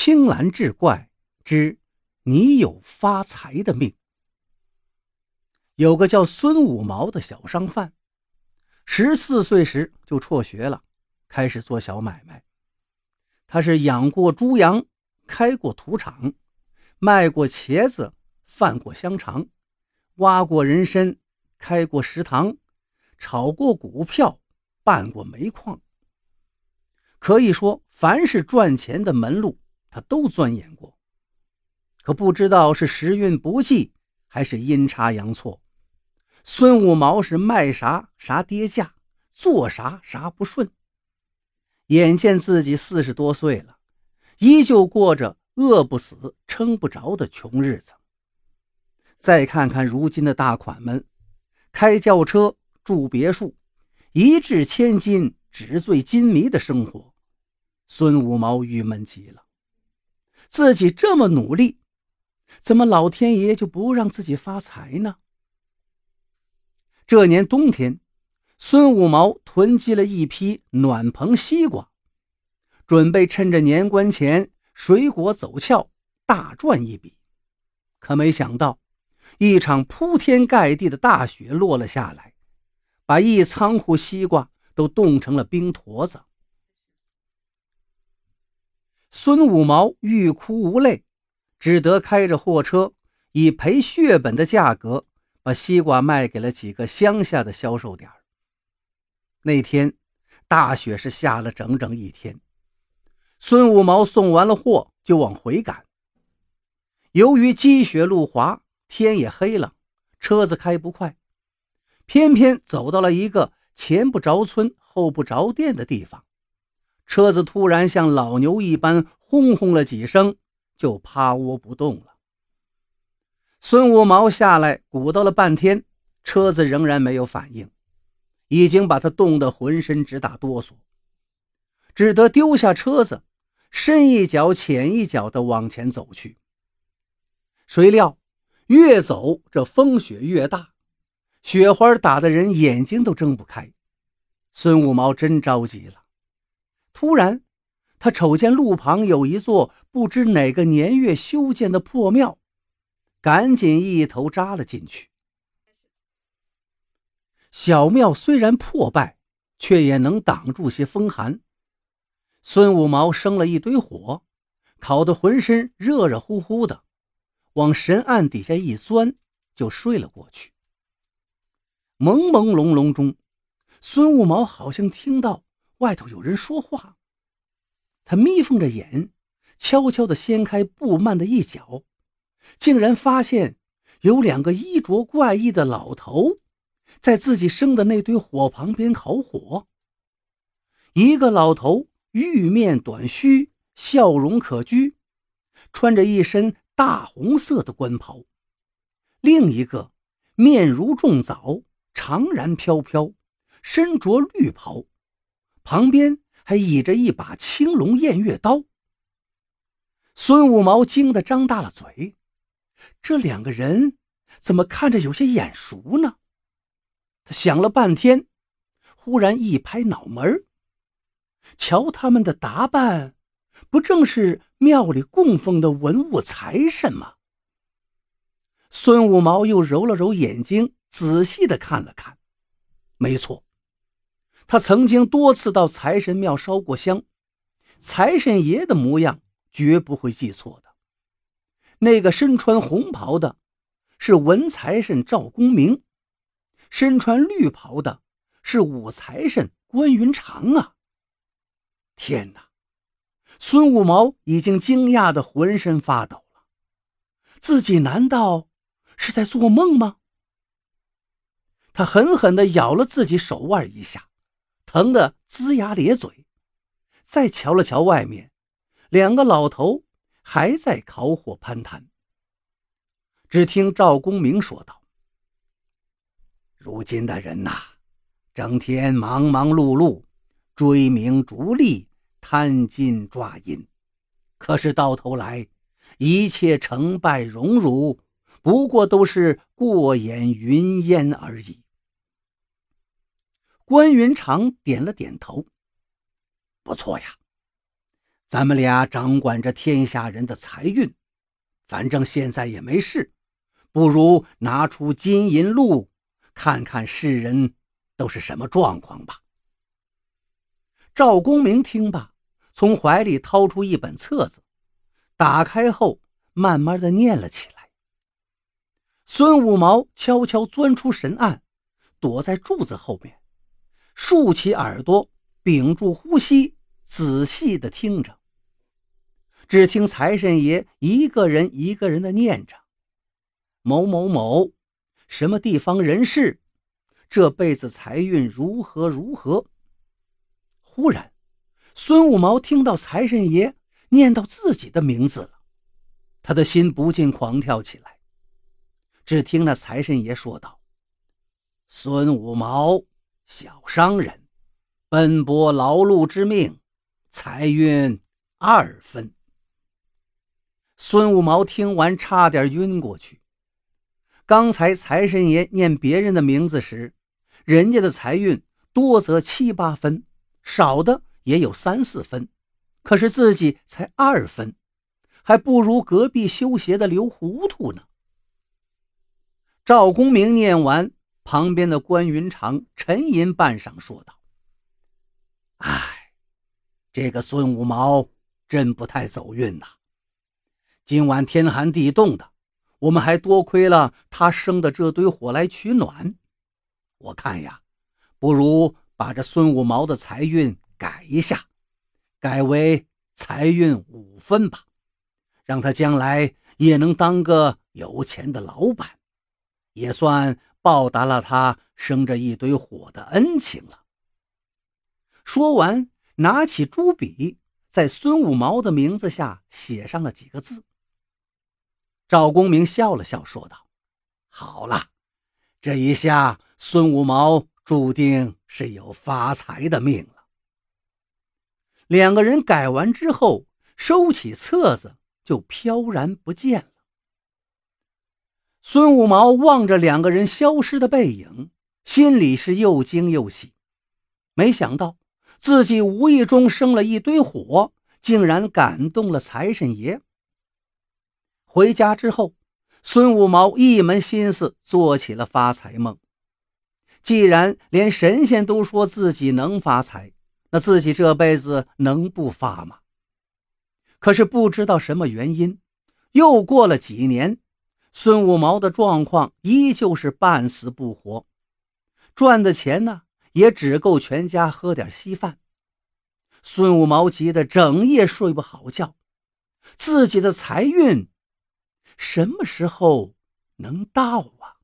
青蓝志怪之你有发财的命。有个叫孙五毛的小商贩，14岁时就辍学了，开始做小买卖。他是养过猪羊，开过土场，卖过茄子，贩过香肠，挖过人参，开过食堂，炒过股票，办过煤矿。可以说凡是赚钱的门路他都钻研过。可不知道是时运不济还是阴差阳错，孙五毛是卖啥啥跌价，做啥啥不顺。眼见自己40多岁了，依旧过着饿不死撑不着的穷日子。再看看如今的大款们，开轿车住别墅，一掷千金纸醉金迷的生活，孙五毛郁闷极了。自己这么努力，怎么老天爷就不让自己发财呢？这年冬天，孙五毛囤积了一批暖棚西瓜，准备趁着年关前水果走俏大赚一笔。可没想到一场铺天盖地的大雪落了下来，把一仓库西瓜都冻成了冰坨子。孙五毛欲哭无泪，只得开着货车以赔血本的价格把西瓜卖给了几个乡下的销售点。那天大雪是下了整整1天，孙五毛送完了货就往回赶。由于积雪路滑，天也黑了，车子开不快，偏偏走到了一个前不着村后不着店的地方，车子突然像老牛一般轰轰了几声，就趴窝不动了。孙五毛下来鼓捣了半天，车子仍然没有反应，已经把他冻得浑身直打哆嗦，只得丢下车子，深一脚浅一脚地往前走去。谁料越走这风雪越大，雪花打得人眼睛都睁不开。孙五毛真着急了。突然他瞅见路旁有一座不知哪个年月修建的破庙，赶紧一头扎了进去。小庙虽然破败，却也能挡住些风寒。孙五毛生了一堆火，烤得浑身热热乎乎的，往神案底下一钻，就睡了过去。朦朦胧胧中，孙五毛好像听到外头有人说话。他眯缝着眼，悄悄地掀开布幔的一角，竟然发现有2个衣着怪异的老头在自己生的那堆火旁边烤火。一个老头玉面短须，笑容可掬，穿着一身大红色的官袍；另一个面如重枣，长髯飘飘，身着绿袍，旁边还倚着一把青龙偃月刀。孙五毛惊得张大了嘴，这2个人怎么看着有些眼熟呢？他想了半天，忽然一拍脑门，瞧他们的打扮，不正是庙里供奉的文物财神吗？孙五毛又揉了揉眼睛，仔细地看了看，没错，他曾经多次到财神庙烧过香，财神爷的模样绝不会记错的。那个身穿红袍的是文财神赵公明，身穿绿袍的是武财神关云长啊！天哪，孙五毛已经惊讶得浑身发抖了，自己难道是在做梦吗？他狠狠地咬了自己手腕一下，疼得龇牙咧嘴。再瞧了瞧外面，2个老头还在烤火攀谈。只听赵公明说道：如今的人呐，整天忙忙碌碌，追名逐利，贪金抓银，可是到头来一切成败荣辱不过都是过眼云烟而已。关云长点了点头，不错呀， 咱们俩掌管着天下人的财运，反正现在也没事，不如拿出金银禄，看看世人都是什么状况吧。”赵公明听罢，从怀里掏出一本册子，打开后慢慢地念了起来。孙五毛悄悄钻出神案，躲在柱子后面，竖起耳朵，屏住呼吸，仔细地听着。只听财神爷一个人一个人地念着：“某某某，什么地方人士，这辈子财运如何如何。”忽然，孙五毛听到财神爷念到自己的名字了，他的心不禁狂跳起来。只听那财神爷说道：“孙五毛，小商人，奔波劳碌之命，财运2分。”孙五毛听完差点晕过去。刚才财神爷念别人的名字时，人家的财运多则7、8分，少的也有3、4分，可是自己才2分，还不如隔壁修鞋的刘糊涂呢。赵公明念完，旁边的关云长沉吟半晌，说道：“哎，这个孙五毛真不太走运呐。今晚天寒地冻的，我们还多亏了他生的这堆火来取暖。我看呀，不如把这孙五毛的财运改一下，改为财运5分吧，让他将来也能当个有钱的老板，也算报答了他生这一堆火的恩情了。”说完，拿起朱笔，在孙五毛的名字下写上了几个字。赵公明笑了笑，说道：“好了，这一下孙五毛注定是有发财的命了。”两个人改完之后，收起册子就飘然不见了。孙五毛望着两个人消失的背影，心里是又惊又喜。没想到自己无意中生了一堆火，竟然感动了财神爷。回家之后，孙五毛一门心思做起了发财梦。既然连神仙都说自己能发财，那自己这辈子能不发吗？可是不知道什么原因，又过了几年，孙五毛的状况依旧是半死不活，赚的钱呢，也只够全家喝点稀饭。孙五毛急得整夜睡不好觉，自己的财运什么时候能到啊？